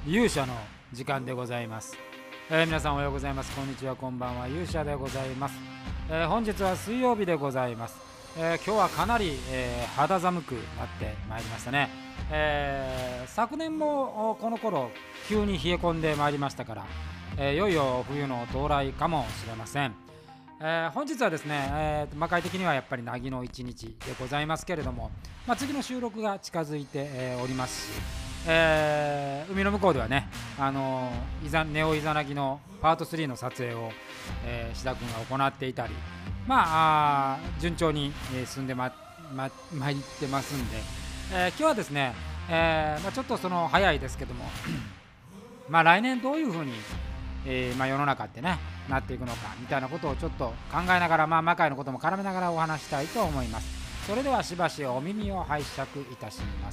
勇者の時間でございます。皆さんおはようございます。こんにちは、こんばんは。勇者でございます。本日は水曜日でございます。今日はかなり、肌寒くなってまいりましたね。昨年もこの頃急に冷え込んでまいりましたから、いよいよ冬の到来かもしれません。本日はですね、魔界的にはやっぱり凪の一日でございますけれども、次の収録が近づいて、おりますし、海の向こうではね、ネオイザナギのパート3の撮影を、志田君が行っていたり、順調に、進んでまいってますんで、今日はですね、ちょっとその早いですけども来年どういうふうに、世の中ってねなっていくのかみたいなことをちょっと考えながら、魔界のことも絡めながらお話したいと思います。それではしばしお耳を拝借いたします。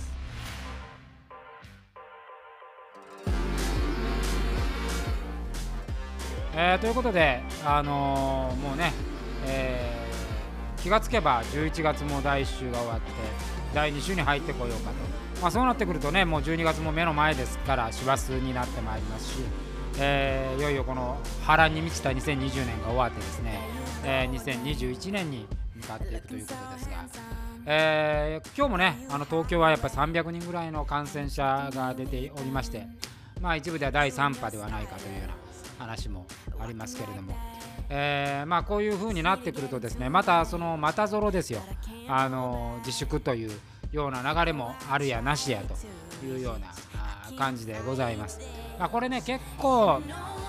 ということで、もうね、気がつけば11月も第1週が終わって第2週に入ってこようかと、そうなってくるとね、もう12月も目の前ですから師走になってまいりますし、いよいよこの波乱に満ちた2020年が終わってですね、2021年に向かっていくということですが、今日もね東京はやっぱり300人ぐらいの感染者が出ておりまして、一部では第3波ではないかというような話もありますけれども、こういう風になってくるとですね、またぞろですよ、自粛というような流れもあるやなしやというような感じでございます。これね結構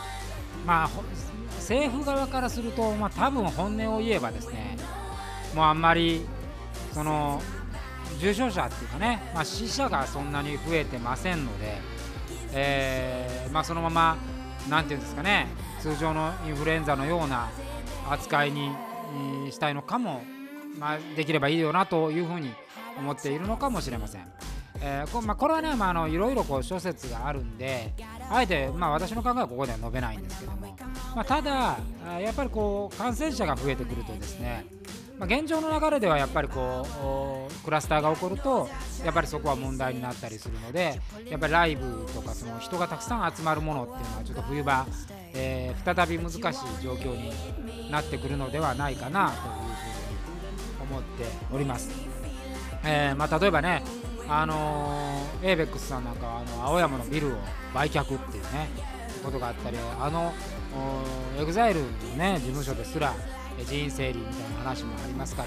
政府側からすると、多分本音を言えばですね、もうあんまりその重症者っていうかね、死者がそんなに増えてませんので、そのままなんていうんですかね、通常のインフルエンザのような扱いにしたいのかも、できればいいよなというふうに思っているのかもしれません。これはね、いろいろ諸説があるんで、あえて、私の考えはここでは述べないんですけども、ただやっぱり感染者が増えてくるとですね、現状の流れではやっぱりクラスターが起こるとやっぱりそこは問題になったりするので、やっぱりライブとかその人がたくさん集まるものっていうのはちょっと冬場、再び難しい状況になってくるのではないかなというふうに思っております。例えばね、エイベックスさんなんかは青山のビルを売却っていうねことがあったり、エグザイルのね事務所ですら人員整理みたいな話もありますから、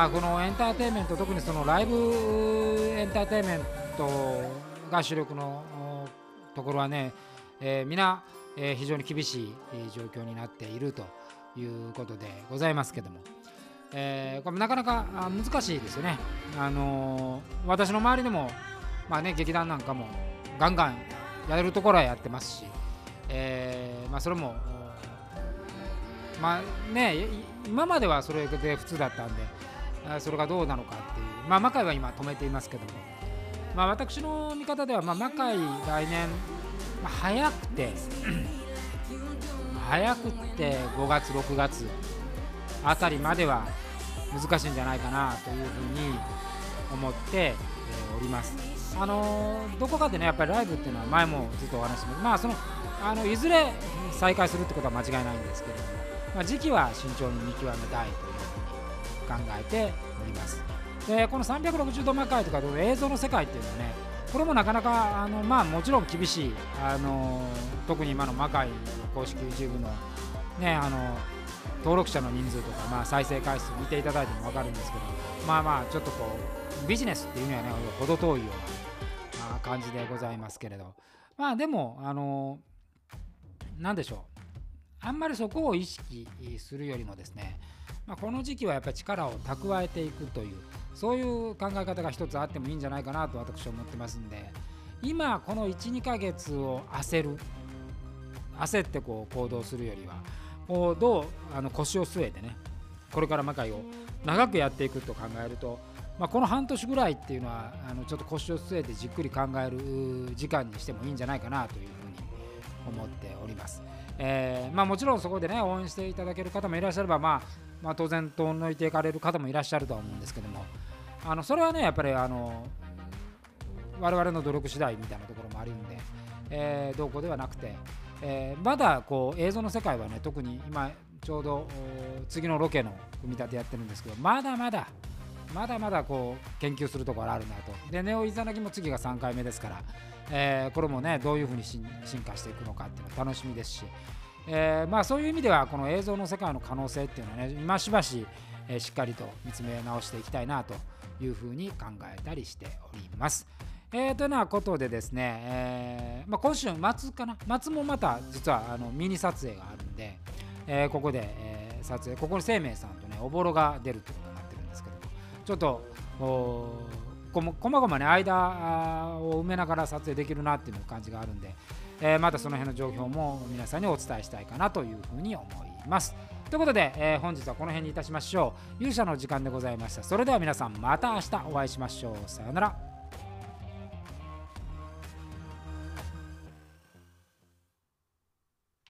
このエンターテインメント、特にそのライブエンターテインメントが主力のところはね、皆、非常に厳しい状況になっているということでございますけども、これなかなか難しいですよね。私の周りでも、劇団なんかもガンガンやれるところはやってますし、それも今まではそれで普通だったんで、それがどうなのかっていう、魔界は今止めていますけども、私の見方では、魔界来年、早くて5月6月あたりまでは難しいんじゃないかなというふうに思っております。どこかでねやっぱりライブっていうのは前もずっとお話します、いずれ再開するってことは間違いないんですけれども、時期は慎重に見極めたいというふうに考えております。でこの360度魔界とか映像の世界っていうのはね、これもなかなかもちろん厳しい、特に今の魔界の公式 YouTube のね登録者の人数とか、再生回数見ていただいても分かるんですけど、ちょっとビジネスっていうにはね程遠いような感じでございますけれど、でもなんでしょう、あんまりそこを意識するよりもですね、この時期はやっぱり力を蓄えていくという、そういう考え方が一つあってもいいんじゃないかなと私は思ってますんで、今この 1,2 ヶ月を焦って行動するよりは、どう腰を据えてね、これから魔界を長くやっていくと考えると、この半年ぐらいっていうのはちょっと腰を据えてじっくり考える時間にしてもいいんじゃないかなというふうに思っております。もちろんそこでね応援していただける方もいらっしゃれば、当然遠のいていかれる方もいらっしゃるとは思うんですけども、それはねやっぱり我々の努力次第みたいなところもあるんで、 どうこうではなくて、まだこう映像の世界はね、特に今ちょうど次のロケの組み立てやってるんですけど、まだまだこう研究するところあるなと。でネオイザナギも次が3回目ですから、これもねどういうふうに進化していくのかっていうのは楽しみですし、まあそういう意味ではこの映像の世界の可能性っていうのはね、今しばし、しっかりと見つめ直していきたいなというふうに考えたりしております。というようなことでですね、まあ、今週末かな、末もまた実はミニ撮影があるんで、ここで、撮影、ここに生命さんとねおぼろが出るってことになってるんですけど、ちょっとこまごまね間を埋めながら撮影できるなっていう感じがあるんで、またその辺の状況も皆さんにお伝えしたいかなというふうに思います。ということで、本日はこの辺にいたしましょう。勇者の時間でございました。それでは皆さんまた明日お会いしましょう。さようなら。